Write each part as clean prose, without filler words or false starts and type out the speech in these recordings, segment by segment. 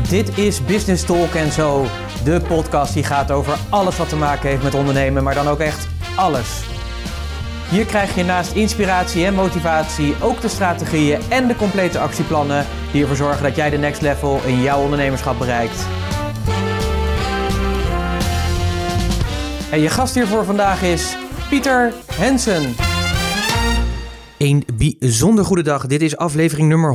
Dit is Business Talk en Zo, de podcast die gaat over alles wat te maken heeft met ondernemen, maar dan ook echt alles. Hier krijg je naast inspiratie en motivatie ook de strategieën en de complete actieplannen die ervoor zorgen dat jij de next level in jouw ondernemerschap bereikt. En je gast hier voor vandaag is Pieter Hensen. Een bijzonder goede dag. Dit is aflevering nummer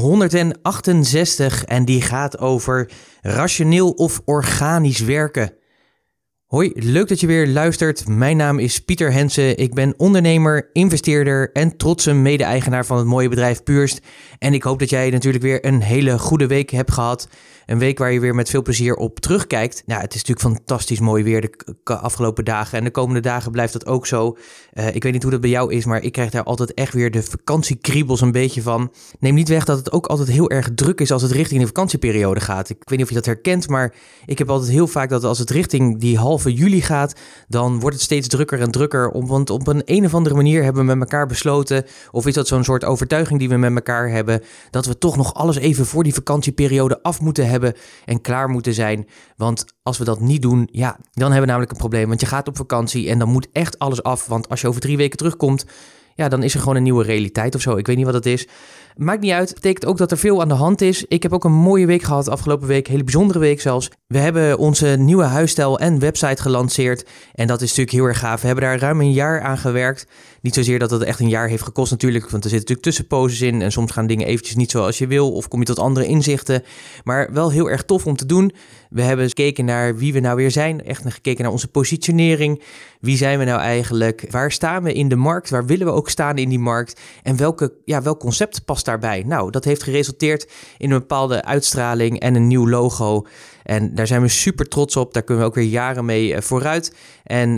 168 en die gaat over rationeel of organisch werken. Hoi, leuk dat je weer luistert. Mijn naam is Pieter Hensen. Ik ben ondernemer, investeerder en trotse mede-eigenaar van het mooie bedrijf Purst. En ik hoop dat jij natuurlijk weer een hele goede week hebt gehad. Een week waar je weer met veel plezier op terugkijkt. Nou, het is natuurlijk fantastisch mooi weer de afgelopen dagen. En de komende dagen blijft dat ook zo. Ik weet niet hoe dat bij jou is, maar ik krijg daar altijd echt weer de vakantiekriebels een beetje van. Neem niet weg dat het ook altijd heel erg druk is als het richting de vakantieperiode gaat. Ik weet niet of je dat herkent, maar ik heb altijd heel vaak dat als het richting die halve juli gaat, dan wordt het steeds drukker en drukker. Want op een of andere manier hebben we met elkaar besloten, of is dat zo'n soort overtuiging die we met elkaar hebben, dat we toch nog alles even voor die vakantieperiode af moeten hebben en klaar moeten zijn. Want als we dat niet doen, ja, dan hebben we namelijk een probleem. Want je gaat op vakantie en dan moet echt alles af. Want als je over 3 weken terugkomt, ja, dan is er gewoon een nieuwe realiteit of zo. Ik weet niet wat het is. Maakt niet uit. Het betekent ook dat er veel aan de hand is. Ik heb ook een mooie week gehad afgelopen week. Een hele bijzondere week zelfs. We hebben onze nieuwe huisstijl en website gelanceerd. En dat is natuurlijk heel erg gaaf. We hebben daar ruim een jaar aan gewerkt. Niet zozeer dat het echt een jaar heeft gekost natuurlijk. Want er zitten natuurlijk tussenposes in. En soms gaan dingen eventjes niet zoals je wil. Of kom je tot andere inzichten. Maar wel heel erg tof om te doen. We hebben gekeken naar wie we nou weer zijn. Echt gekeken naar onze positionering. Wie zijn we nou eigenlijk? Waar staan we in de markt? Waar willen we ook staan in die markt? En welk concept past daarbij? Nou, dat heeft geresulteerd in een bepaalde uitstraling en een nieuw logo. En daar zijn we super trots op. Daar kunnen we ook weer jaren mee vooruit. En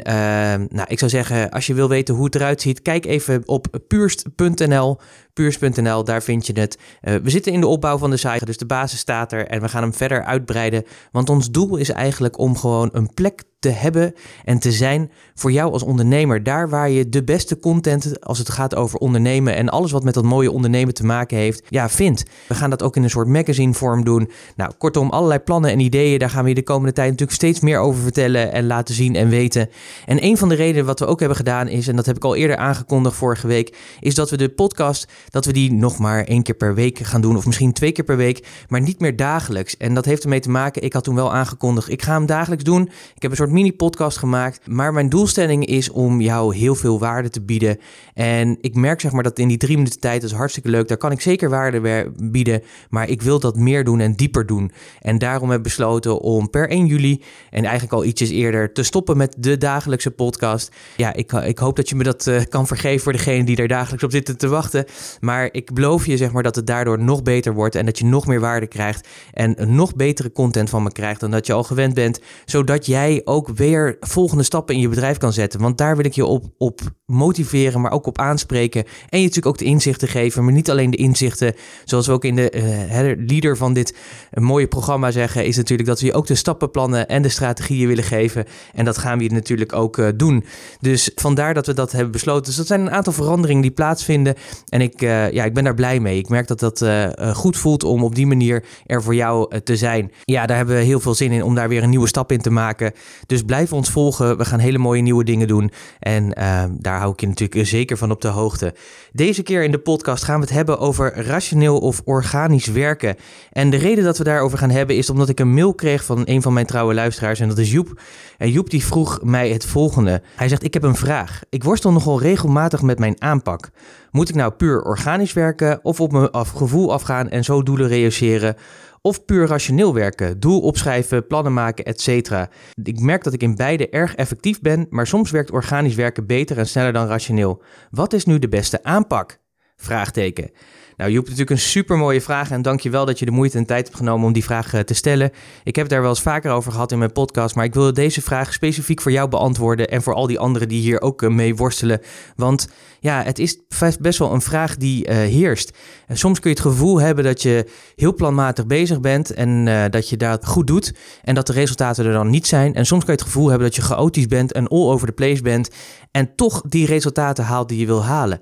ik zou zeggen, als je wil weten hoe het eruit ziet, kijk even op purst.nl. Purst.nl, daar vind je het. We zitten in de opbouw van de site, dus de basis staat er en we gaan hem verder uitbreiden. Want ons doel is eigenlijk om gewoon een plek te hebben en te zijn voor jou als ondernemer. Daar waar je de beste content, als het gaat over ondernemen en alles wat met dat mooie ondernemen te maken heeft, ja, vindt. We gaan dat ook in een soort magazine vorm doen. Nou, kortom, allerlei plannen en ideeën. Daar gaan we je de komende tijd natuurlijk steeds meer over vertellen en laten zien en weten. En een van de redenen wat we ook hebben gedaan is, en dat heb ik al eerder aangekondigd vorige week, is dat we de podcast, dat we die nog maar 1 keer per week gaan doen, of misschien 2 keer per week, maar niet meer dagelijks. En dat heeft ermee te maken, ik had toen wel aangekondigd, ik ga hem dagelijks doen. Ik heb een soort mini-podcast gemaakt, maar mijn doelstelling is om jou heel veel waarde te bieden. En ik merk zeg maar dat in die 3 minuten tijd, dat is hartstikke leuk, daar kan ik zeker waarde bieden, maar ik wil dat meer doen en dieper doen. En daarom heb ik besloten om per 1 juli, en eigenlijk al ietsjes eerder, te stoppen met de dagelijkse podcast. Ja, ik hoop dat je me dat kan vergeven voor degene die er dagelijks op zitten te wachten. Maar ik beloof je zeg maar dat het daardoor nog beter wordt en dat je nog meer waarde krijgt en een nog betere content van me krijgt dan dat je al gewend bent, zodat jij ook weer volgende stappen in je bedrijf kan zetten. Want daar wil ik je op motiveren, maar ook op aanspreken en je natuurlijk ook de inzichten geven, maar niet alleen de inzichten, zoals we ook in de leader van dit mooie programma zeggen, is natuurlijk dat we je ook de stappenplannen en de strategieën willen geven. En dat gaan we natuurlijk ook doen. Dus vandaar dat we dat hebben besloten. Dus dat zijn een aantal veranderingen die plaatsvinden. En ik ben daar blij mee. Ik merk dat dat goed voelt om op die manier er voor jou te zijn. Ja, daar hebben we heel veel zin in om daar weer een nieuwe stap in te maken. Dus blijf ons volgen. We gaan hele mooie nieuwe dingen doen. En daar hou ik je natuurlijk zeker van op de hoogte. Deze keer in de podcast gaan we het hebben over rationeel of organisch werken. En de reden dat we daarover gaan hebben is omdat ik een mail kreeg van een van mijn trouwe luisteraars. En dat is Joep. En Joep die vroeg mij het volgende. Hij zegt, ik heb een vraag. Ik worstel nogal regelmatig met mijn aanpak. Moet ik nou puur organisch werken of op mijn gevoel afgaan en zo doelen realiseren? Of puur rationeel werken, doel opschrijven, plannen maken, etc. Ik merk dat ik in beide erg effectief ben, maar soms werkt organisch werken beter en sneller dan rationeel. Wat is nu de beste aanpak? Vraagteken. Nou, Joep, natuurlijk een super mooie vraag en dank je wel dat je de moeite en tijd hebt genomen om die vraag te stellen. Ik heb het daar wel eens vaker over gehad in mijn podcast, maar ik wil deze vraag specifiek voor jou beantwoorden en voor al die anderen die hier ook mee worstelen. Want ja, het is best wel een vraag die heerst. En soms kun je het gevoel hebben dat je heel planmatig bezig bent en dat je dat goed doet en dat de resultaten er dan niet zijn. En soms kun je het gevoel hebben dat je chaotisch bent en all over the place bent en toch die resultaten haalt die je wil halen.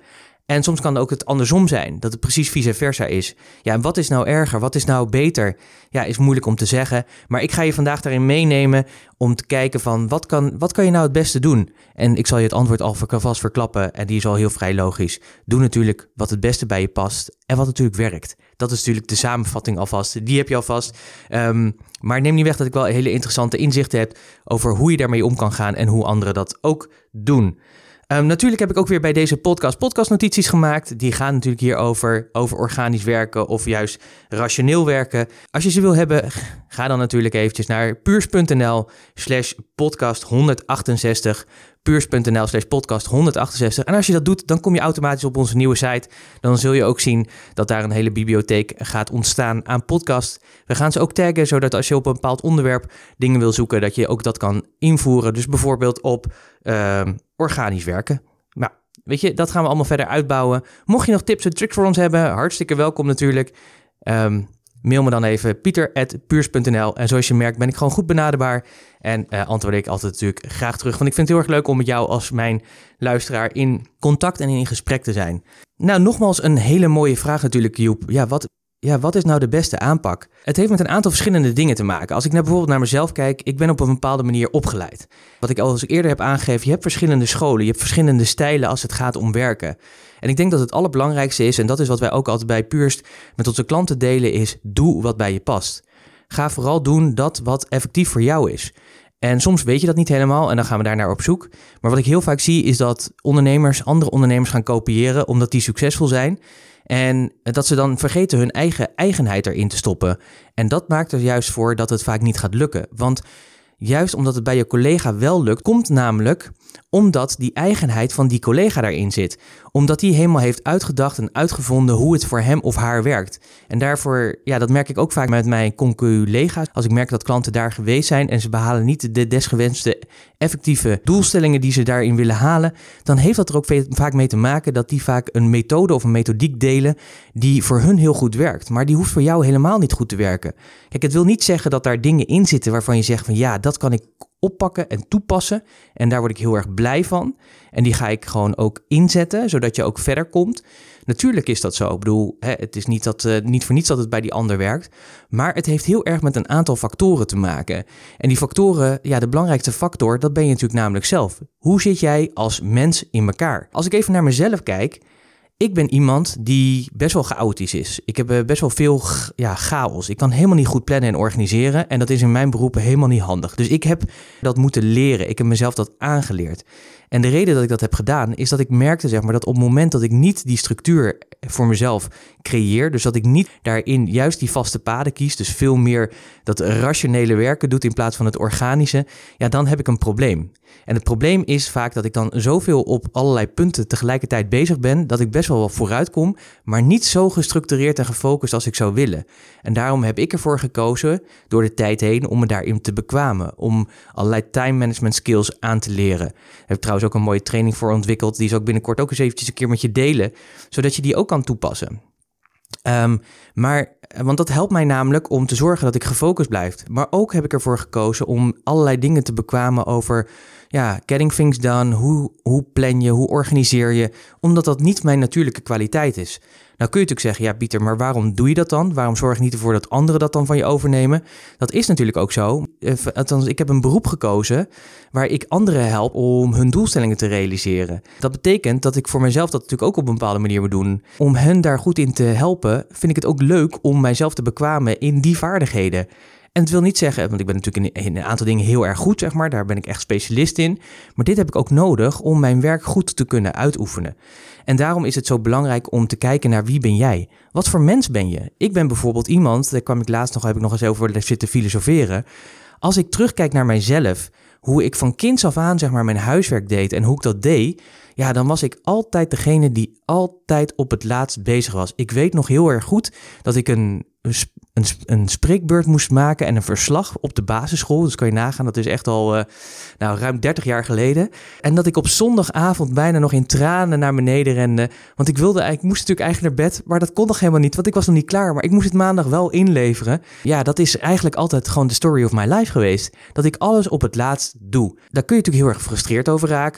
En soms kan ook het andersom zijn, dat het precies vice versa is. Ja, en wat is nou erger? Wat is nou beter? Ja, is moeilijk om te zeggen. Maar ik ga je vandaag daarin meenemen om te kijken van wat kan je nou het beste doen? En ik zal je het antwoord alvast verklappen en die is al heel vrij logisch. Doe natuurlijk wat het beste bij je past en wat natuurlijk werkt. Dat is natuurlijk de samenvatting alvast. Die heb je alvast. Maar neem niet weg dat ik wel hele interessante inzichten heb over hoe je daarmee om kan gaan en hoe anderen dat ook doen. Natuurlijk heb ik ook weer bij deze podcastnotities gemaakt. Die gaan natuurlijk hier over organisch werken of juist rationeel werken. Als je ze wil hebben, ga dan natuurlijk eventjes naar puurs.nl/podcast168. puurs.nl/podcast168. En als je dat doet, dan kom je automatisch op onze nieuwe site. Dan zul je ook zien dat daar een hele bibliotheek gaat ontstaan aan podcasts. We gaan ze ook taggen, zodat als je op een bepaald onderwerp dingen wil zoeken, dat je ook dat kan invoeren. Dus bijvoorbeeld op organisch werken. Nou, weet je, dat gaan we allemaal verder uitbouwen. Mocht je nog tips en tricks voor ons hebben, hartstikke welkom natuurlijk. Mail me dan even pieter@puurs.nl. En zoals je merkt ben ik gewoon goed benaderbaar. En antwoord ik altijd natuurlijk graag terug. Want ik vind het heel erg leuk om met jou als mijn luisteraar in contact en in gesprek te zijn. Nou, nogmaals een hele mooie vraag natuurlijk, Joep. Wat is nou de beste aanpak? Het heeft met een aantal verschillende dingen te maken. Als ik bijvoorbeeld naar mezelf kijk, ik ben op een bepaalde manier opgeleid. Wat ik al eens eerder heb aangegeven, je hebt verschillende scholen, je hebt verschillende stijlen als het gaat om werken. En ik denk dat het allerbelangrijkste is, en dat is wat wij ook altijd bij Puurst met onze klanten delen, is doe wat bij je past. Ga vooral doen dat wat effectief voor jou is. En soms weet je dat niet helemaal en dan gaan we daar naar op zoek. Maar wat ik heel vaak zie is dat andere ondernemers gaan kopiëren omdat die succesvol zijn. En dat ze dan vergeten hun eigen eigenheid erin te stoppen. En dat maakt er juist voor dat het vaak niet gaat lukken. Want juist omdat het bij je collega wel lukt, komt namelijk omdat die eigenheid van die collega daarin zit. Omdat die helemaal heeft uitgedacht en uitgevonden hoe het voor hem of haar werkt. En daarvoor, dat merk ik ook vaak met mijn conculega's. Als ik merk dat klanten daar geweest zijn en ze behalen niet de desgewenste effectieve doelstellingen die ze daarin willen halen, dan heeft dat er ook vaak mee te maken dat die vaak een methode of een methodiek delen die voor hun heel goed werkt. Maar die hoeft voor jou helemaal niet goed te werken. Kijk, het wil niet zeggen dat daar dingen in zitten waarvan je zegt van dat kan ik oppakken en toepassen. En daar word ik heel erg blij van. En die ga ik gewoon ook inzetten, zodat je ook verder komt. Natuurlijk is dat zo. Ik bedoel, het is niet voor niets dat het bij die ander werkt. Maar het heeft heel erg met een aantal factoren te maken. En die factoren, de belangrijkste factor, dat ben je natuurlijk namelijk zelf. Hoe zit jij als mens in elkaar? Als ik even naar mezelf kijk, ik ben iemand die best wel chaotisch is. Ik heb best wel veel chaos. Ik kan helemaal niet goed plannen en organiseren. En dat is in mijn beroep helemaal niet handig. Dus ik heb dat moeten leren. Ik heb mezelf dat aangeleerd. En de reden dat ik dat heb gedaan is dat ik merkte dat op het moment dat ik niet die structuur voor mezelf creëer, dus dat ik niet daarin juist die vaste paden kies, dus veel meer dat rationele werken doet in plaats van het organische, dan heb ik een probleem. En het probleem is vaak dat ik dan zoveel op allerlei punten tegelijkertijd bezig ben, dat ik best wel vooruit kom, maar niet zo gestructureerd en gefocust als ik zou willen. En daarom heb ik ervoor gekozen, door de tijd heen, om me daarin te bekwamen, om allerlei time management skills aan te leren. Daar heb ik trouwens ook een mooie training voor ontwikkeld, die zal ik binnenkort ook eens eventjes een keer met je delen, zodat je die ook kan toepassen. Want dat helpt mij namelijk om te zorgen dat ik gefocust blijf. Maar ook heb ik ervoor gekozen om allerlei dingen te bekwamen over getting things done, hoe plan je, hoe organiseer je, omdat dat niet mijn natuurlijke kwaliteit is. Nou kun je natuurlijk zeggen, Pieter, maar waarom doe je dat dan? Waarom zorg je niet ervoor dat anderen dat dan van je overnemen? Dat is natuurlijk ook zo. Althans, ik heb een beroep gekozen waar ik anderen help om hun doelstellingen te realiseren. Dat betekent dat ik voor mezelf dat natuurlijk ook op een bepaalde manier moet doen. Om hen daar goed in te helpen, vind ik het ook leuk om mijzelf te bekwamen in die vaardigheden. En het wil niet zeggen, want ik ben natuurlijk in een aantal dingen heel erg goed, daar ben ik echt specialist in. Maar dit heb ik ook nodig om mijn werk goed te kunnen uitoefenen. En daarom is het zo belangrijk om te kijken naar wie ben jij? Wat voor mens ben je? Ik ben bijvoorbeeld iemand, daar kwam ik laatst heb ik nog eens over zitten filosoferen. Als ik terugkijk naar mijzelf, hoe ik van kinds af aan mijn huiswerk deed en hoe ik dat deed, dan was ik altijd degene die altijd op het laatst bezig was. Ik weet nog heel erg goed dat ik een spreekbeurt moest maken en een verslag op de basisschool. Dus kan je nagaan, dat is echt al ruim 30 jaar geleden. En dat ik op zondagavond bijna nog in tranen naar beneden rende. Want ik moest natuurlijk eigenlijk naar bed, maar dat kon nog helemaal niet, want ik was nog niet klaar. Maar ik moest het maandag wel inleveren. Ja, dat is eigenlijk altijd gewoon de story of my life geweest. Dat ik alles op het laatst doe. Daar kun je natuurlijk heel erg gefrustreerd over raken.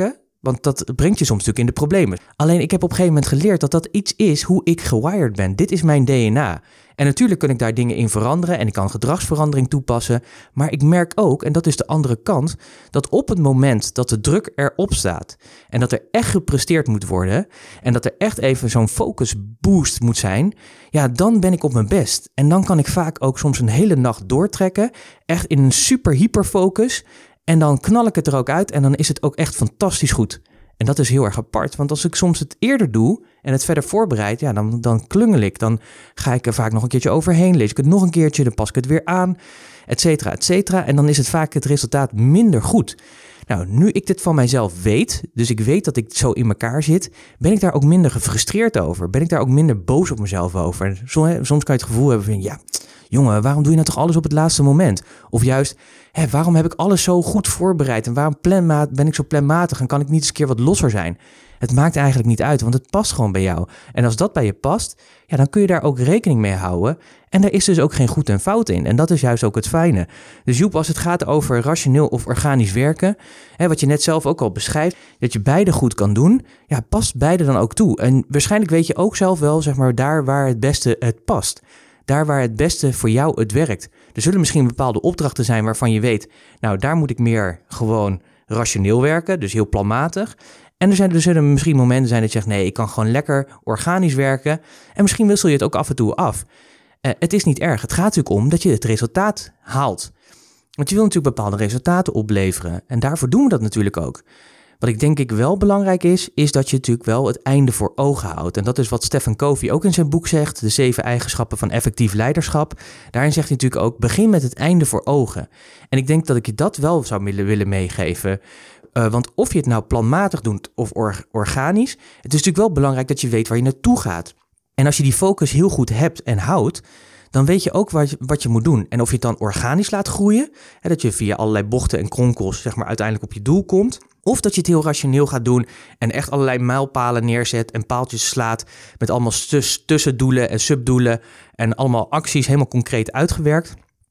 Want dat brengt je soms natuurlijk in de problemen. Alleen ik heb op een gegeven moment geleerd dat dat iets is hoe ik gewired ben. Dit is mijn DNA. En natuurlijk kan ik daar dingen in veranderen en ik kan gedragsverandering toepassen. Maar ik merk ook, en dat is de andere kant, dat op het moment dat de druk erop staat en dat er echt gepresteerd moet worden en dat er echt even zo'n focus boost moet zijn, ja, dan ben ik op mijn best. En dan kan ik vaak ook soms een hele nacht doortrekken, echt in een super hyperfocus. En dan knal ik het er ook uit en dan is het ook echt fantastisch goed. En dat is heel erg apart, want als ik soms het eerder doe en het verder voorbereid, ja, dan klungel ik. Dan ga ik er vaak nog een keertje overheen, lees ik het nog een keertje, dan pas ik het weer aan, et cetera, et cetera. En dan is het vaak het resultaat minder goed. Nou, nu ik dit van mijzelf weet, dus ik weet dat ik zo in elkaar zit, ben ik daar ook minder gefrustreerd over. Ben ik daar ook minder boos op mezelf over. Soms kan je het gevoel hebben van, ja, jongen, waarom doe je nou toch alles op het laatste moment? Of juist, waarom heb ik alles zo goed voorbereid en waarom ben ik zo planmatig en kan ik niet eens een keer wat losser zijn? Het maakt eigenlijk niet uit, want het past gewoon bij jou. En als dat bij je past, ja, dan kun je daar ook rekening mee houden. En er is dus ook geen goed en fout in. En dat is juist ook het fijne. Dus Joep, als het gaat over rationeel of organisch werken, wat je net zelf ook al beschrijft, dat je beide goed kan doen, ja, past beide dan ook toe. En waarschijnlijk weet je ook zelf wel, zeg maar, daar waar het beste het past. Daar waar het beste voor jou het werkt. Er zullen misschien bepaalde opdrachten zijn waarvan je weet, nou, daar moet ik meer gewoon rationeel werken, dus heel planmatig. En er zullen misschien momenten zijn dat je zegt, nee, ik kan gewoon lekker organisch werken. En misschien wissel je het ook af en toe af. Het is niet erg. Het gaat natuurlijk om dat je het resultaat haalt. Want je wil natuurlijk bepaalde resultaten opleveren. En daarvoor doen we dat natuurlijk ook. Wat ik denk wel belangrijk is dat je natuurlijk wel het einde voor ogen houdt. En dat is wat Stephen Covey ook in zijn boek zegt, de 7 eigenschappen van effectief leiderschap. Daarin zegt hij natuurlijk ook, begin met het einde voor ogen. En ik denk dat ik je dat wel zou willen meegeven. Want of je het nou planmatig doet of organisch, het is natuurlijk wel belangrijk dat je weet waar je naartoe gaat. En als je die focus heel goed hebt en houdt, dan weet je ook wat je moet doen. En of je het dan organisch laat groeien, dat je via allerlei bochten en kronkels, zeg maar, uiteindelijk op je doel komt. Of dat je het heel rationeel gaat doen en echt allerlei mijlpalen neerzet en paaltjes slaat met allemaal tussendoelen en subdoelen en allemaal acties helemaal concreet uitgewerkt.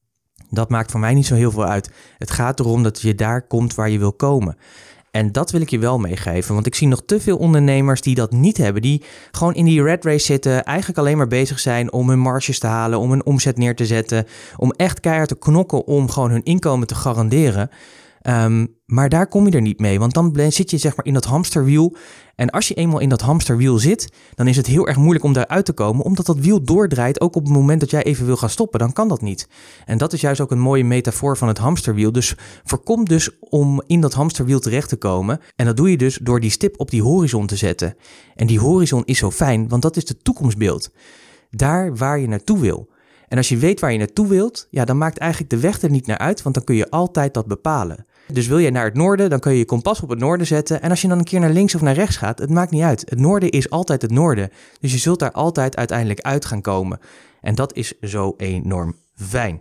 Dat maakt voor mij niet zo heel veel uit. Het gaat erom dat je daar komt waar je wil komen. En dat wil ik je wel meegeven, want ik zie nog te veel ondernemers die dat niet hebben. Die gewoon in die rat race zitten, eigenlijk alleen maar bezig zijn om hun marges te halen, om hun omzet neer te zetten, om echt keihard te knokken om gewoon hun inkomen te garanderen. Maar daar kom je er niet mee, want dan zit je, zeg maar, in dat hamsterwiel. En als je eenmaal in dat hamsterwiel zit, dan is het heel erg moeilijk om daaruit te komen, omdat dat wiel doordraait, ook op het moment dat jij even wil gaan stoppen, dan kan dat niet. En dat is juist ook een mooie metafoor van het hamsterwiel. Dus voorkom dus om in dat hamsterwiel terecht te komen. En dat doe je dus door die stip op die horizon te zetten. En die horizon is zo fijn, want dat is het toekomstbeeld. Daar waar je naartoe wil. En als je weet waar je naartoe wilt, ja, dan maakt eigenlijk de weg er niet naar uit, want dan kun je altijd dat bepalen. Dus wil je naar het noorden, dan kun je je kompas op het noorden zetten. En als je dan een keer naar links of naar rechts gaat, het maakt niet uit. Het noorden is altijd het noorden. Dus je zult daar altijd uiteindelijk uit gaan komen. En dat is zo enorm fijn.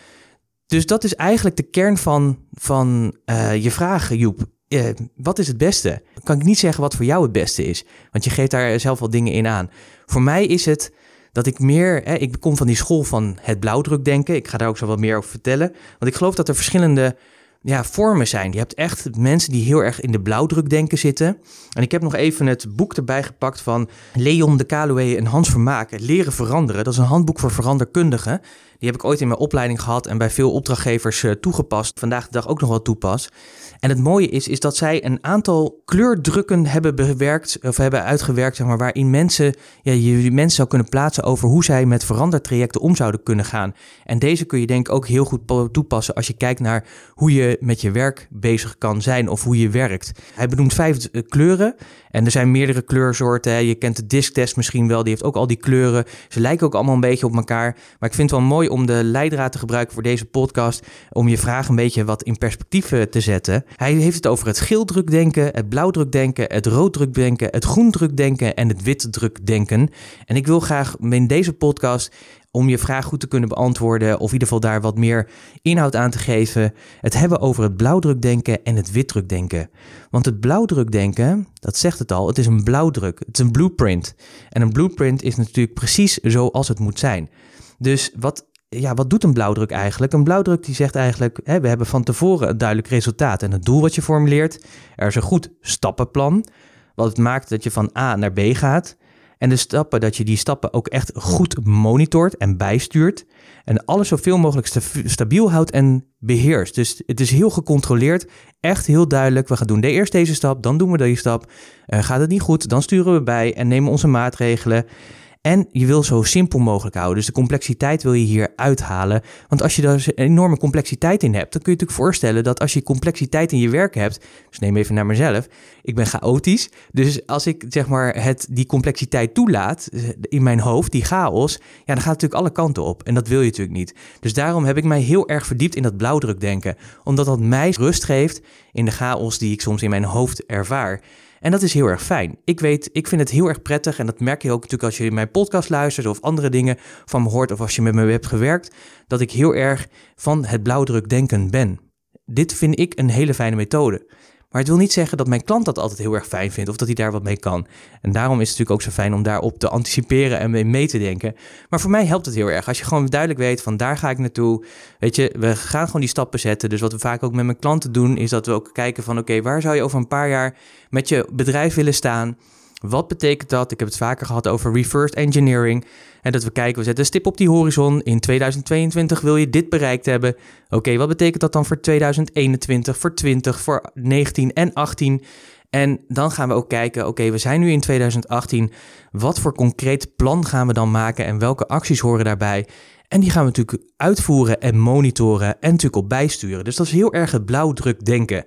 Dus dat is eigenlijk de kern van je vraag, Joep. Wat is het beste? Kan ik niet zeggen wat voor jou het beste is. Want je geeft daar zelf wel dingen in aan. Voor mij is het dat ik meer, ik kom van die school van het blauwdrukdenken. Ik ga daar ook zo wat meer over vertellen. Want ik geloof dat er verschillende vormen zijn. Je hebt echt mensen die heel erg in de blauwdrukdenken zitten. En ik heb nog even het boek erbij gepakt van Leon de Caluwe en Hans Vermaak, Leren veranderen. Dat is een handboek voor veranderkundigen. Die heb ik ooit in mijn opleiding gehad en bij veel opdrachtgevers toegepast. Vandaag de dag ook nog wel toepas. En het mooie is dat zij een aantal kleurdrukken hebben bewerkt of hebben uitgewerkt, zeg maar, waarin mensen, je mensen zou kunnen plaatsen over hoe zij met verandertrajecten om zouden kunnen gaan. En deze kun je denk ik ook heel goed toepassen als je kijkt naar hoe je met je werk bezig kan zijn of hoe je werkt. Hij benoemt 5 kleuren en er zijn meerdere kleursoorten. Je kent de DISC-test misschien wel, die heeft ook al die kleuren. Ze lijken ook allemaal een beetje op elkaar. Maar ik vind het wel mooi om de leidraad te gebruiken voor deze podcast, om je vraag een beetje wat in perspectief te zetten. Hij heeft het over het geeldrukdenken, het blauwdrukdenken, het rooddrukdenken, het groendrukdenken en het witdrukdenken. En ik wil graag in deze podcast, om je vraag goed te kunnen beantwoorden of in ieder geval daar wat meer inhoud aan te geven, het hebben over het blauwdrukdenken en het witdrukdenken. Want het blauwdrukdenken, dat zegt het al, het is een blauwdruk, het is een blueprint. En een blueprint is natuurlijk precies zoals het moet zijn. Dus wat wat doet een blauwdruk eigenlijk? Een blauwdruk die zegt eigenlijk, we hebben van tevoren een duidelijk resultaat en het doel wat je formuleert. Er is een goed stappenplan, wat het maakt dat je van A naar B gaat. En dat je die stappen ook echt goed monitort en bijstuurt. En alles zoveel mogelijk stabiel houdt en beheerst. Dus het is heel gecontroleerd, echt heel duidelijk. We gaan doen eerst deze stap, dan doen we deze stap. Gaat het niet goed, dan sturen we bij en nemen onze maatregelen. En je wil zo simpel mogelijk houden. Dus de complexiteit wil je hier uithalen. Want als je daar een enorme complexiteit in hebt, dan kun je je natuurlijk voorstellen dat als je complexiteit in je werk hebt, dus neem even naar mezelf, ik ben chaotisch. Dus als ik zeg maar die complexiteit toelaat in mijn hoofd, die chaos, dan gaat het natuurlijk alle kanten op. En dat wil je natuurlijk niet. Dus daarom heb ik mij heel erg verdiept in dat blauwdrukdenken. Omdat dat mij rust geeft in de chaos die ik soms in mijn hoofd ervaar. En dat is heel erg fijn. Ik vind het heel erg prettig en dat merk je ook natuurlijk als je in mijn podcast luistert of andere dingen van me hoort of als je met me hebt gewerkt, dat ik heel erg van het blauwdrukdenken ben. Dit vind ik een hele fijne methode. Maar het wil niet zeggen dat mijn klant dat altijd heel erg fijn vindt of dat hij daar wat mee kan. En daarom is het natuurlijk ook zo fijn om daarop te anticiperen en mee te denken. Maar voor mij helpt het heel erg. Als je gewoon duidelijk weet van daar ga ik naartoe. Weet je, we gaan gewoon die stappen zetten. Dus wat we vaak ook met mijn klanten doen is dat we ook kijken van oké, waar zou je over een paar jaar met je bedrijf willen staan? Wat betekent dat? Ik heb het vaker gehad over reverse engineering. En dat we kijken, we zetten een stip op die horizon. In 2022 wil je dit bereikt hebben. Oké, wat betekent dat dan voor 2021, voor 20, voor 19 en 18? En dan gaan we ook kijken, oké, we zijn nu in 2018. Wat voor concreet plan gaan we dan maken en welke acties horen daarbij? En die gaan we natuurlijk uitvoeren en monitoren en natuurlijk op bijsturen. Dus dat is heel erg het blauwdrukdenken.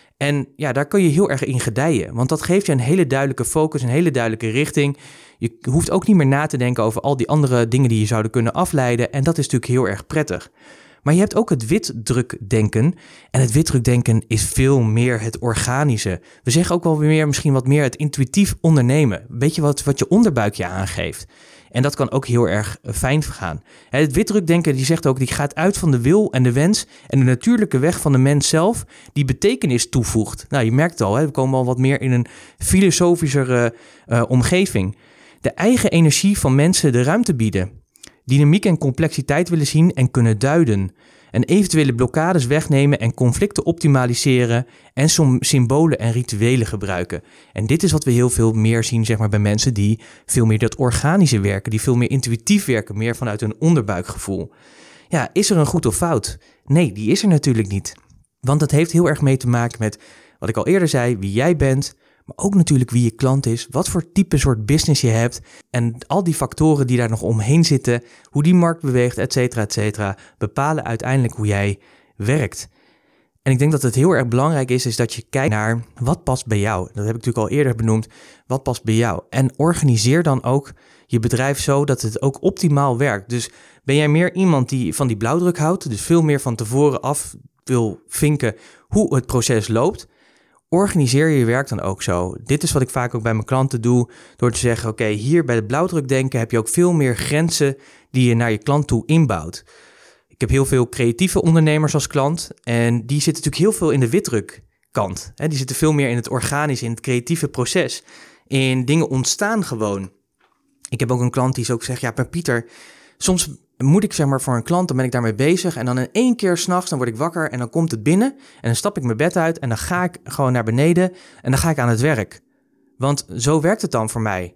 En ja, daar kun je heel erg in gedijen, want dat geeft je een hele duidelijke focus, een hele duidelijke richting. Je hoeft ook niet meer na te denken over al die andere dingen die je zouden kunnen afleiden en dat is natuurlijk heel erg prettig. Maar je hebt ook het witdrukdenken en het witdrukdenken is veel meer het organische. We zeggen ook wel weer misschien wat meer het intuïtief ondernemen. Weet je wat je onderbuik je aangeeft? En dat kan ook heel erg fijn gaan. Het witdrukdenken die zegt ook, die gaat uit van de wil en de wens en de natuurlijke weg van de mens zelf die betekenis toevoegt. Nou, je merkt het al, we komen al wat meer in een filosofischere omgeving. De eigen energie van mensen de ruimte bieden. Dynamiek en complexiteit willen zien en kunnen duiden. En eventuele blokkades wegnemen en conflicten optimaliseren en symbolen en rituelen gebruiken. En dit is wat we heel veel meer zien zeg maar, bij mensen die veel meer dat organische werken, die veel meer intuïtief werken, meer vanuit hun onderbuikgevoel. Ja, is er een goed of fout? Nee, die is er natuurlijk niet. Want het heeft heel erg mee te maken met, wat ik al eerder zei, wie jij bent, maar ook natuurlijk wie je klant is, wat voor type soort business je hebt en al die factoren die daar nog omheen zitten, hoe die markt beweegt, et cetera, bepalen uiteindelijk hoe jij werkt. En ik denk dat het heel erg belangrijk is dat je kijkt naar wat past bij jou. Dat heb ik natuurlijk al eerder benoemd, wat past bij jou. En organiseer dan ook je bedrijf zo dat het ook optimaal werkt. Dus ben jij meer iemand die van die blauwdruk houdt, dus veel meer van tevoren af wil vinken hoe het proces loopt, organiseer je werk dan ook zo. Dit is wat ik vaak ook bij mijn klanten doe, door te zeggen, oké, hier bij het blauwdrukdenken heb je ook veel meer grenzen die je naar je klant toe inbouwt. Ik heb heel veel creatieve ondernemers als klant en die zitten natuurlijk heel veel in de witdrukkant. Die zitten veel meer in het organische, in het creatieve proces. In dingen ontstaan gewoon. Ik heb ook een klant die ook zegt, ja, maar Pieter, soms moet ik zeg maar voor een klant, dan ben ik daarmee bezig en dan in één keer 's nachts, dan word ik wakker en dan komt het binnen en dan stap ik mijn bed uit en dan ga ik gewoon naar beneden en dan ga ik aan het werk. Want zo werkt het dan voor mij.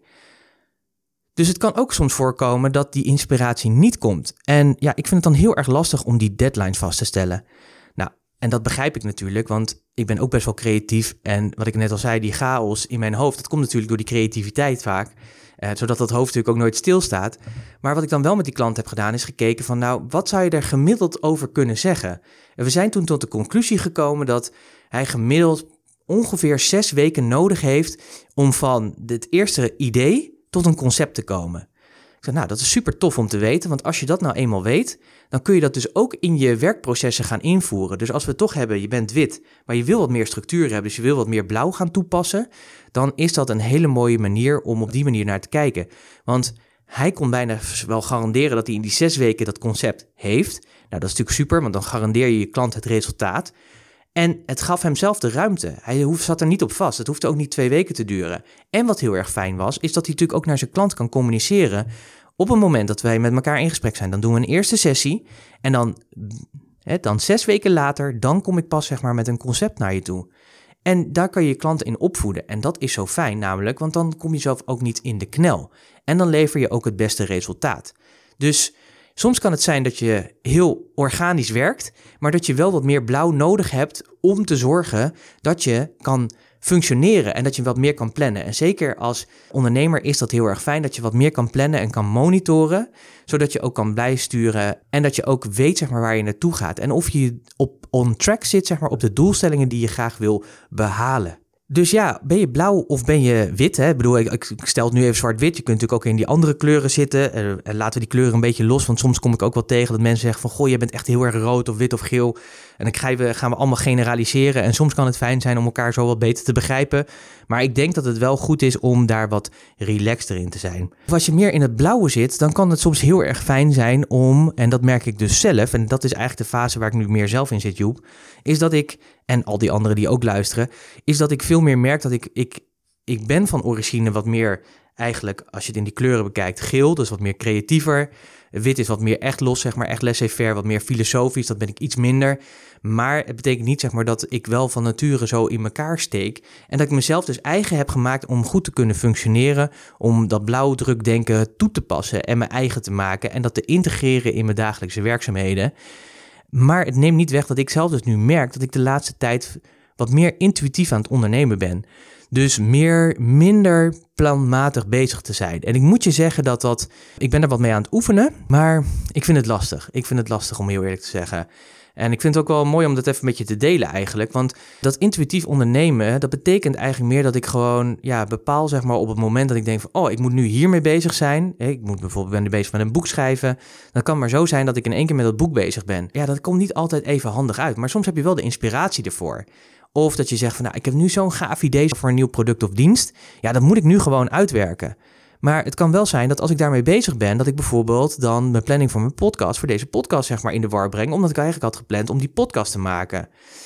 Dus het kan ook soms voorkomen dat die inspiratie niet komt. En ja, ik vind het dan heel erg lastig om die deadlines vast te stellen. Nou, en dat begrijp ik natuurlijk, want ik ben ook best wel creatief en wat ik net al zei, die chaos in mijn hoofd, dat komt natuurlijk door die creativiteit vaak. Zodat dat hoofd natuurlijk ook nooit stilstaat. Maar wat ik dan wel met die klant heb gedaan is gekeken van, nou, wat zou je er gemiddeld over kunnen zeggen? En we zijn toen tot de conclusie gekomen dat hij gemiddeld ongeveer 6 weken nodig heeft om van het eerste idee tot een concept te komen. Ik zei, nou, dat is super tof om te weten, want als je dat nou eenmaal weet, dan kun je dat dus ook in je werkprocessen gaan invoeren. Dus als we het toch hebben, je bent wit, maar je wil wat meer structuur hebben, dus je wil wat meer blauw gaan toepassen, dan is dat een hele mooie manier om op die manier naar te kijken. Want hij kon bijna wel garanderen dat hij in die 6 weken dat concept heeft. Nou, dat is natuurlijk super, want dan garandeer je je klant het resultaat. En het gaf hem zelf de ruimte. Hij zat er niet op vast. Het hoefde ook niet 2 weken te duren. En wat heel erg fijn was, is dat hij natuurlijk ook naar zijn klant kan communiceren op het moment dat wij met elkaar in gesprek zijn, dan doen we een eerste sessie en dan 6 weken later, dan kom ik pas zeg maar met een concept naar je toe. En daar kan je je klanten in opvoeden. En dat is zo fijn namelijk, want dan kom je zelf ook niet in de knel. En dan lever je ook het beste resultaat. Dus soms kan het zijn dat je heel organisch werkt, maar dat je wel wat meer blauw nodig hebt om te zorgen dat je kan functioneren en dat je wat meer kan plannen. En zeker als ondernemer is dat heel erg fijn dat je wat meer kan plannen en kan monitoren, zodat je ook kan bijsturen en dat je ook weet zeg maar waar je naartoe gaat en of je on track zit zeg maar op de doelstellingen die je graag wil behalen. Dus ja, ben je blauw of ben je wit? Hè? Ik bedoel, ik stel het nu even zwart-wit. Je kunt natuurlijk ook in die andere kleuren zitten. En laten we die kleuren een beetje los. Want soms kom ik ook wel tegen dat mensen zeggen van... goh, je bent echt heel erg rood of wit of geel. En dan gaan we allemaal generaliseren. En soms kan het fijn zijn om elkaar zo wat beter te begrijpen. Maar ik denk dat het wel goed is om daar wat relaxter in te zijn. Of als je meer in het blauwe zit, dan kan het soms heel erg fijn zijn om... en dat merk ik dus zelf, en dat is eigenlijk de fase waar ik nu meer zelf in zit, Joep... is dat ik, en al die anderen die ook luisteren... is dat ik veel meer merk dat ik ben van origine wat meer... eigenlijk, als je het in die kleuren bekijkt, geel, dus wat meer creatiever. Wit is wat meer echt los, zeg maar, echt laissez-faire, wat meer filosofisch. Dat ben ik iets minder. Maar het betekent niet, zeg maar, dat ik wel van nature zo in elkaar steek. En dat ik mezelf dus eigen heb gemaakt om goed te kunnen functioneren. Om dat blauwdrukdenken toe te passen en mijn eigen te maken. En dat te integreren in mijn dagelijkse werkzaamheden. Maar het neemt niet weg dat ik zelf dus nu merk dat ik de laatste tijd wat meer intuïtief aan het ondernemen ben. Dus minder planmatig bezig te zijn. En ik moet je zeggen ik ben er wat mee aan het oefenen, maar ik vind het lastig. Ik vind het lastig om heel eerlijk te zeggen. En ik vind het ook wel mooi om dat even met je te delen eigenlijk. Want dat intuïtief ondernemen, dat betekent eigenlijk meer dat ik gewoon bepaal zeg maar op het moment dat ik denk van ik moet nu hiermee bezig zijn. Ik moet bijvoorbeeld ben bezig met een boek schrijven. Dan kan het maar zo zijn dat ik in één keer met dat boek bezig ben. Ja, dat komt niet altijd even handig uit. Maar soms heb je wel de inspiratie ervoor. Of dat je zegt van ik heb nu zo'n gaaf idee voor een nieuw product of dienst. Ja, dat moet ik nu gewoon uitwerken. Maar het kan wel zijn dat als ik daarmee bezig ben, dat ik bijvoorbeeld dan mijn planning voor mijn podcast, voor deze podcast zeg maar in de war breng, omdat ik eigenlijk had gepland om die podcast te maken.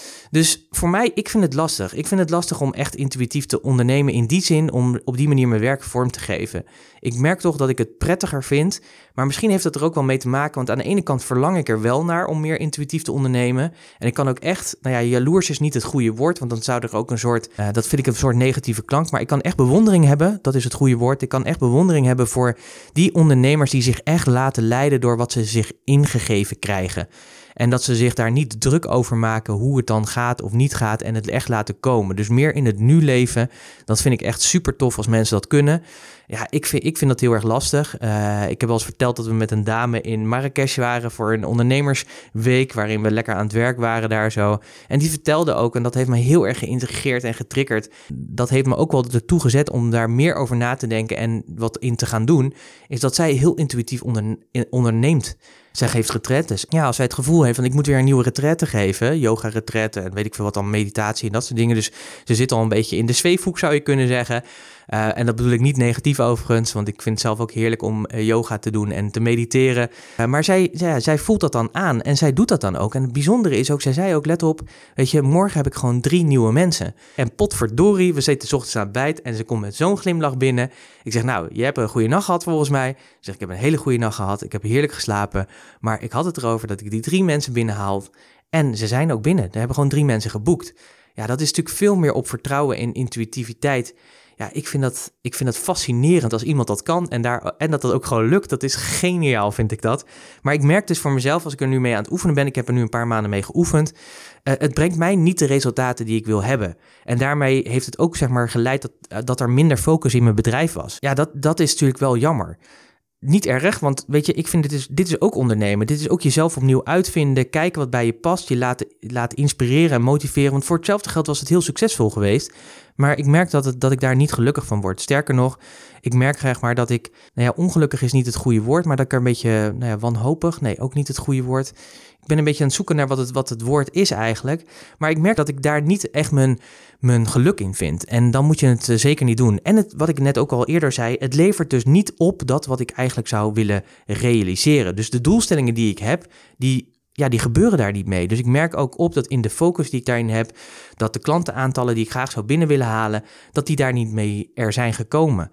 Dus voor mij, ik vind het lastig. Ik vind het lastig om echt intuïtief te ondernemen in die zin om op die manier mijn werk vorm te geven. Ik merk toch dat ik het prettiger vind, maar misschien heeft dat er ook wel mee te maken, want aan de ene kant verlang ik er wel naar om meer intuïtief te ondernemen. En ik kan ook echt, jaloers is niet het goede woord, want dan zou er ook een soort, dat vind ik een soort negatieve klank, maar ik kan echt bewondering hebben, dat is het goede woord. Ik kan echt bewondering hebben voor die ondernemers die zich echt laten leiden door wat ze zich ingegeven krijgen. En dat ze zich daar niet druk over maken hoe het dan gaat of niet gaat en het echt laten komen. Dus meer in het nu leven, dat vind ik echt super tof als mensen dat kunnen. Ja, ik vind dat heel erg lastig. Ik heb wel eens verteld dat we met een dame in Marrakesh waren voor een ondernemersweek, waarin we lekker aan het werk waren daar zo. En die vertelde ook, en dat heeft me heel erg geïntegreerd en getriggerd. Dat heeft me ook wel ertoe gezet om daar meer over na te denken en wat in te gaan doen, is dat zij heel intuïtief onderneemt. Zij geeft retraites. Ja, als zij het gevoel heeft van ik moet weer een nieuwe retraite geven, yoga-retraite en weet ik veel wat dan, meditatie en dat soort dingen. Dus ze zit al een beetje in de zweefhoek zou je kunnen zeggen. En dat bedoel ik niet negatief overigens, want ik vind het zelf ook heerlijk om yoga te doen en te mediteren. Maar zij voelt dat dan aan en zij doet dat dan ook. En het bijzondere is ook, zij zei ook, let op, weet je, morgen heb ik gewoon 3 nieuwe mensen. En potverdorie, we zitten 's ochtends aan het bijt en ze komt met zo'n glimlach binnen. Ik zeg, nou, je hebt een goede nacht gehad volgens mij. Ik zeg, ik heb een hele goede nacht gehad, ik heb heerlijk geslapen. Maar ik had het erover dat ik die 3 mensen binnenhaal. En ze zijn ook binnen, er hebben gewoon 3 mensen geboekt. Ja, dat is natuurlijk veel meer op vertrouwen en intuïtiviteit. Ja, ik vind dat fascinerend als iemand dat kan en dat dat ook gewoon lukt. Dat is geniaal, vind ik dat. Maar ik merk dus voor mezelf, als ik er nu mee aan het oefenen ben, ik heb er nu een paar maanden mee geoefend, het brengt mij niet de resultaten die ik wil hebben. En daarmee heeft het ook zeg maar geleid dat er minder focus in mijn bedrijf was. Ja, dat is natuurlijk wel jammer. Niet erg, want weet je, ik vind dit is ook ondernemen. Dit is ook jezelf opnieuw uitvinden, kijken wat bij je past, je laten inspireren en motiveren. Want voor hetzelfde geld was het heel succesvol geweest. Maar ik merk dat ik daar niet gelukkig van word. Sterker nog, ik merk zeg maar dat ik, ongelukkig is niet het goede woord, maar dat ik er een beetje, wanhopig, nee, ook niet het goede woord. Ik ben een beetje aan het zoeken naar wat het woord is eigenlijk. Maar ik merk dat ik daar niet echt mijn geluk in vind. En dan moet je het zeker niet doen. En wat ik net ook al eerder zei, het levert dus niet op dat wat ik eigenlijk zou willen realiseren. Dus de doelstellingen die ik heb, die gebeuren daar niet mee. Dus ik merk ook op dat in de focus die ik daarin heb, dat de klantenaantallen die ik graag zou binnen willen halen, dat die daar niet mee er zijn gekomen.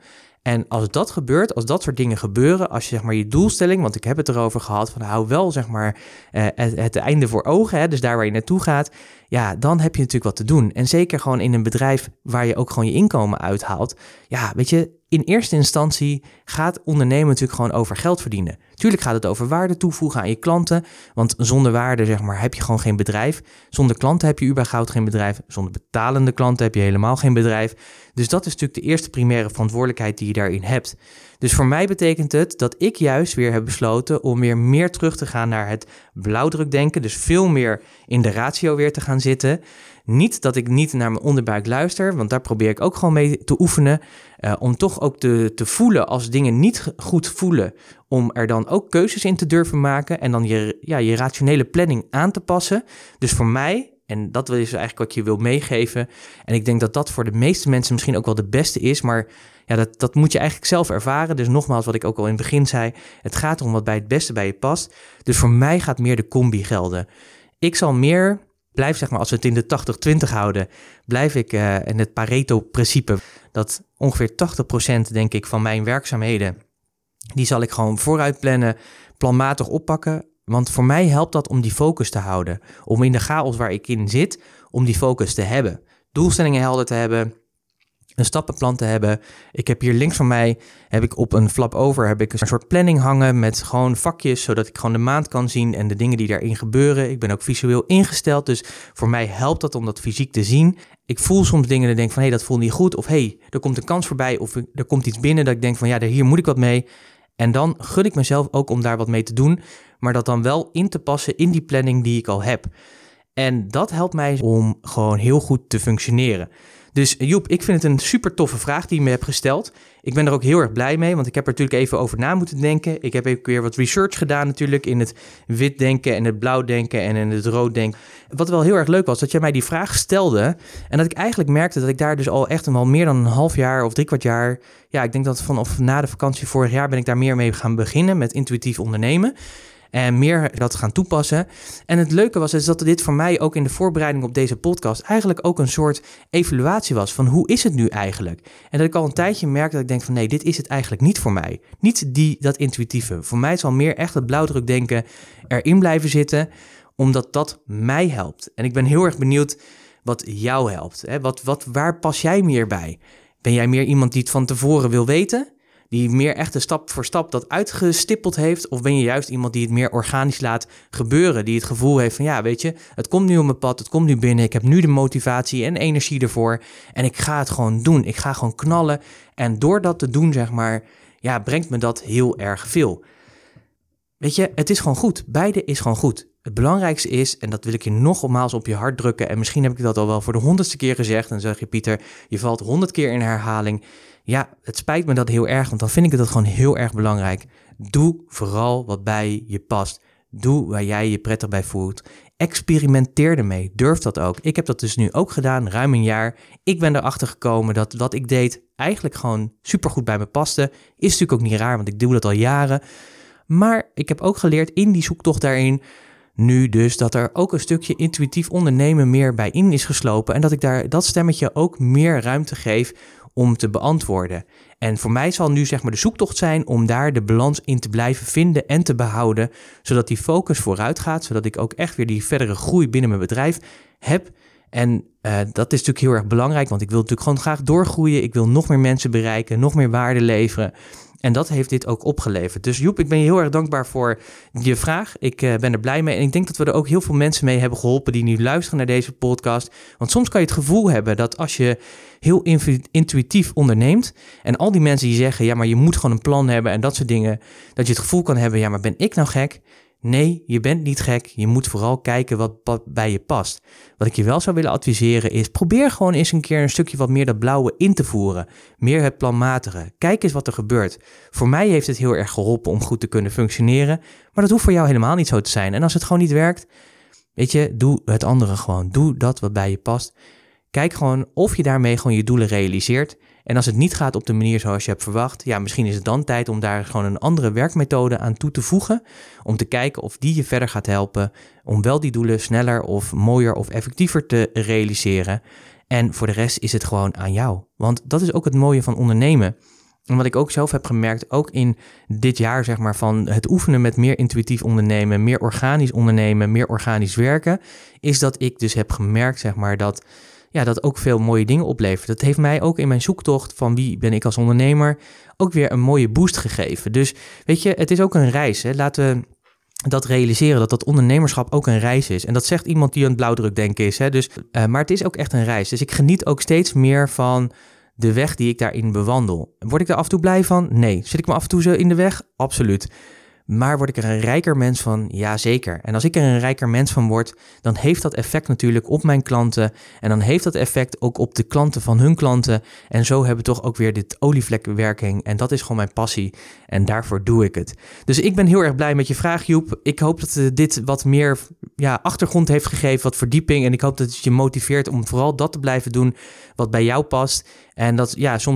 En als dat gebeurt, als dat soort dingen gebeuren, als je zeg maar je doelstelling, want ik heb het erover gehad, van hou wel zeg maar het einde voor ogen, hè, dus daar waar je naartoe gaat, ja, dan heb je natuurlijk wat te doen. En zeker gewoon in een bedrijf waar je ook gewoon je inkomen uithaalt. Ja, weet je, in eerste instantie gaat ondernemen natuurlijk gewoon over geld verdienen. Tuurlijk gaat het over waarde toevoegen aan je klanten, want zonder waarde zeg maar heb je gewoon geen bedrijf. Zonder klanten heb je überhaupt geen bedrijf. Zonder betalende klanten heb je helemaal geen bedrijf. Dus dat is natuurlijk de eerste primaire verantwoordelijkheid die je daarin hebt. Dus voor mij betekent het dat ik juist weer heb besloten om weer meer terug te gaan naar het blauwdrukdenken. Dus veel meer in de ratio weer te gaan zitten. Niet dat ik niet naar mijn onderbuik luister, want daar probeer ik ook gewoon mee te oefenen. Om toch ook te voelen als dingen niet goed voelen. Om er dan ook keuzes in te durven maken en dan je rationele planning aan te passen. Dus voor mij, en dat is eigenlijk wat je wil meegeven. En ik denk dat dat voor de meeste mensen misschien ook wel de beste is. Maar ja, dat moet je eigenlijk zelf ervaren. Dus nogmaals, wat ik ook al in het begin zei. Het gaat erom wat bij het beste bij je past. Dus voor mij gaat meer de combi gelden. Ik zal meer, blijf zeg maar, als we het in de 80-20 houden, blijf ik in het Pareto-principe. Dat ongeveer 80% denk ik van mijn werkzaamheden, die zal ik gewoon vooruit plannen, planmatig oppakken. Want voor mij helpt dat om die focus te houden. Om in de chaos waar ik in zit, om die focus te hebben. Doelstellingen helder te hebben, een stappenplan te hebben. Ik heb hier links van mij, heb ik op een flap over, heb ik een soort planning hangen met gewoon vakjes, zodat ik gewoon de maand kan zien en de dingen die daarin gebeuren. Ik ben ook visueel ingesteld, dus voor mij helpt dat om dat fysiek te zien. Ik voel soms dingen en denk van, dat voelt niet goed. Of er komt een kans voorbij, of er komt iets binnen dat ik denk van, hier moet ik wat mee. En dan gun ik mezelf ook om daar wat mee te doen, maar dat dan wel in te passen in die planning die ik al heb. En dat helpt mij om gewoon heel goed te functioneren. Dus Joep, ik vind het een super toffe vraag die je me hebt gesteld. Ik ben er ook heel erg blij mee, want ik heb er natuurlijk even over na moeten denken. Ik heb ook weer wat research gedaan natuurlijk in het wit denken en het blauw denken en in het rood denken. Wat wel heel erg leuk was, dat jij mij die vraag stelde en dat ik eigenlijk merkte dat ik daar dus al echt al meer dan een half jaar of 3/4 jaar, ik denk dat vanaf na de vakantie vorig jaar ben ik daar meer mee gaan beginnen met intuïtief ondernemen. En meer dat gaan toepassen. En het leuke was dus dat dit voor mij ook in de voorbereiding op deze podcast eigenlijk ook een soort evaluatie was van hoe is het nu eigenlijk? En dat ik al een tijdje merkte dat ik denk van nee, dit is het eigenlijk niet voor mij. Niet dat intuïtieve. Voor mij zal meer echt het blauwdrukdenken erin blijven zitten, omdat dat mij helpt. En ik ben heel erg benieuwd wat jou helpt. Hè? Waar pas jij meer bij? Ben jij meer iemand die het van tevoren wil weten? Die meer echt stap voor stap dat uitgestippeld heeft? Of ben je juist iemand die het meer organisch laat gebeuren? Die het gevoel heeft van het komt nu op mijn pad, het komt nu binnen. Ik heb nu de motivatie en energie ervoor. En ik ga het gewoon doen. Ik ga gewoon knallen. En door dat te doen, brengt me dat heel erg veel. Weet je, het is gewoon goed. Beide is gewoon goed. Het belangrijkste is, en dat wil ik je nogmaals op je hart drukken, en misschien heb ik dat al wel voor de 100ste keer gezegd, en dan zeg je Pieter, je valt 100 keer in herhaling. Ja, het spijt me dat heel erg, want dan vind ik dat gewoon heel erg belangrijk. Doe vooral wat bij je past. Doe waar jij je prettig bij voelt. Experimenteer ermee. Durf dat ook. Ik heb dat dus nu ook gedaan, ruim een jaar. Ik ben erachter gekomen dat wat ik deed eigenlijk gewoon supergoed bij me paste. Is natuurlijk ook niet raar, want ik doe dat al jaren. Maar ik heb ook geleerd in die zoektocht daarin, nu dus, dat er ook een stukje intuïtief ondernemen meer bij in is geslopen. En dat ik daar dat stemmetje ook meer ruimte geef om te beantwoorden. En voor mij zal nu de zoektocht zijn om daar de balans in te blijven vinden en te behouden, zodat die focus vooruit gaat, zodat ik ook echt weer die verdere groei binnen mijn bedrijf heb. En dat is natuurlijk heel erg belangrijk, want ik wil natuurlijk gewoon graag doorgroeien. Ik wil nog meer mensen bereiken, nog meer waarde leveren. En dat heeft dit ook opgeleverd. Dus Joep, ik ben je heel erg dankbaar voor je vraag. Ik ben er blij mee. En ik denk dat we er ook heel veel mensen mee hebben geholpen die nu luisteren naar deze podcast. Want soms kan je het gevoel hebben dat als je heel intuïtief onderneemt en al die mensen die zeggen, maar je moet gewoon een plan hebben en dat soort dingen, dat je het gevoel kan hebben, maar ben ik nou gek? Nee, je bent niet gek. Je moet vooral kijken wat bij je past. Wat ik je wel zou willen adviseren is, probeer gewoon eens een keer een stukje wat meer dat blauwe in te voeren. Meer het planmatige. Kijk eens wat er gebeurt. Voor mij heeft het heel erg geholpen om goed te kunnen functioneren. Maar dat hoeft voor jou helemaal niet zo te zijn. En als het gewoon niet werkt, doe het andere gewoon. Doe dat wat bij je past. Kijk gewoon of je daarmee gewoon je doelen realiseert. En als het niet gaat op de manier zoals je hebt verwacht, misschien is het dan tijd om daar gewoon een andere werkmethode aan toe te voegen. Om te kijken of die je verder gaat helpen om wel die doelen sneller of mooier of effectiever te realiseren. En voor de rest is het gewoon aan jou. Want dat is ook het mooie van ondernemen. En wat ik ook zelf heb gemerkt, ook in dit jaar zeg maar, van het oefenen met meer intuïtief ondernemen, meer organisch ondernemen, meer organisch werken, is dat ik dus heb gemerkt zeg maar, dat ook veel mooie dingen oplevert. Dat heeft mij ook in mijn zoektocht van wie ben ik als ondernemer ook weer een mooie boost gegeven. Dus weet je, het is ook een reis. Hè? Laten we dat realiseren, dat ondernemerschap ook een reis is. En dat zegt iemand die aan het blauwdrukdenken is. Hè? Dus, maar het is ook echt een reis. Dus ik geniet ook steeds meer van de weg die ik daarin bewandel. Word ik daar af en toe blij van? Nee. Zit ik me af en toe zo in de weg? Absoluut. Maar word ik er een rijker mens van? Ja, zeker. En als ik er een rijker mens van word, dan heeft dat effect natuurlijk op mijn klanten. En dan heeft dat effect ook op de klanten van hun klanten. En zo hebben we toch ook weer dit olievlekwerking. En dat is gewoon mijn passie. En daarvoor doe ik het. Dus ik ben heel erg blij met je vraag, Joep. Ik hoop dat dit wat meer achtergrond heeft gegeven, wat verdieping. En ik hoop dat het je motiveert om vooral dat te blijven doen wat bij jou past. En dat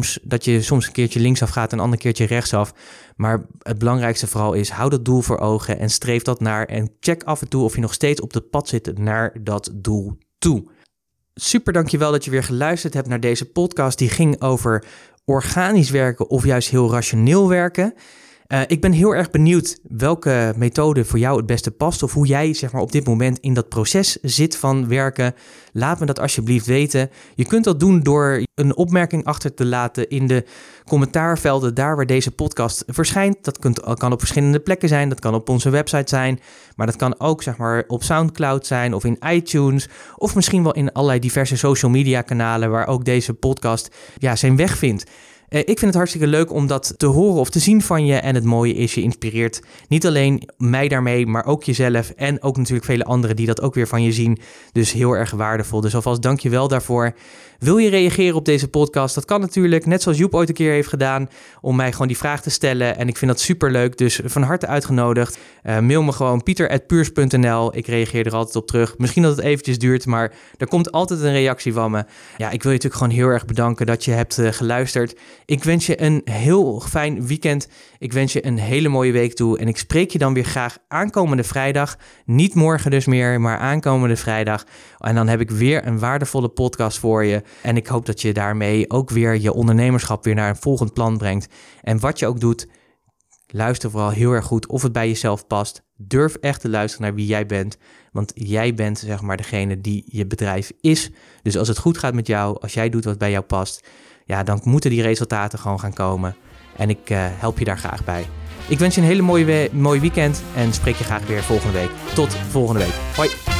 je soms een keertje linksaf gaat en een ander keertje rechtsaf. Maar het belangrijkste vooral is, hou dat doel voor ogen en streef dat naar. En check af en toe of je nog steeds op het pad zit naar dat doel toe. Super, dankjewel dat je weer geluisterd hebt naar deze podcast. Die ging over organisch werken of juist heel rationeel werken. Ik ben heel erg benieuwd welke methode voor jou het beste past of hoe jij zeg maar, op dit moment in dat proces zit van werken. Laat me dat alsjeblieft weten. Je kunt dat doen door een opmerking achter te laten in de commentaarvelden daar waar deze podcast verschijnt. Dat kan op verschillende plekken zijn, dat kan op onze website zijn, maar dat kan ook zeg maar, op SoundCloud zijn of in iTunes of misschien wel in allerlei diverse social media kanalen waar ook deze podcast zijn weg vindt. Ik vind het hartstikke leuk om dat te horen of te zien van je. En het mooie is, je inspireert niet alleen mij daarmee, maar ook jezelf. En ook natuurlijk vele anderen die dat ook weer van je zien. Dus heel erg waardevol. Dus alvast dank je wel daarvoor. Wil je reageren op deze podcast? Dat kan natuurlijk, net zoals Joep ooit een keer heeft gedaan, om mij gewoon die vraag te stellen. En ik vind dat superleuk, dus van harte uitgenodigd. Mail me gewoon pieter@puurs.nl. Ik reageer er altijd op terug. Misschien dat het eventjes duurt, maar er komt altijd een reactie van me. Ja, ik wil je natuurlijk gewoon heel erg bedanken dat je hebt geluisterd. Ik wens je een heel fijn weekend. Ik wens je een hele mooie week toe. En ik spreek je dan weer graag aankomende vrijdag. Niet morgen dus meer, maar aankomende vrijdag. En dan heb ik weer een waardevolle podcast voor je. En ik hoop dat je daarmee ook weer je ondernemerschap weer naar een volgend plan brengt. En wat je ook doet, luister vooral heel erg goed of het bij jezelf past. Durf echt te luisteren naar wie jij bent. Want jij bent zeg maar degene die je bedrijf is. Dus als het goed gaat met jou, als jij doet wat bij jou past, dan moeten die resultaten gewoon gaan komen. En ik help je daar graag bij. Ik wens je een hele mooie weekend en spreek je graag weer volgende week. Tot volgende week. Hoi!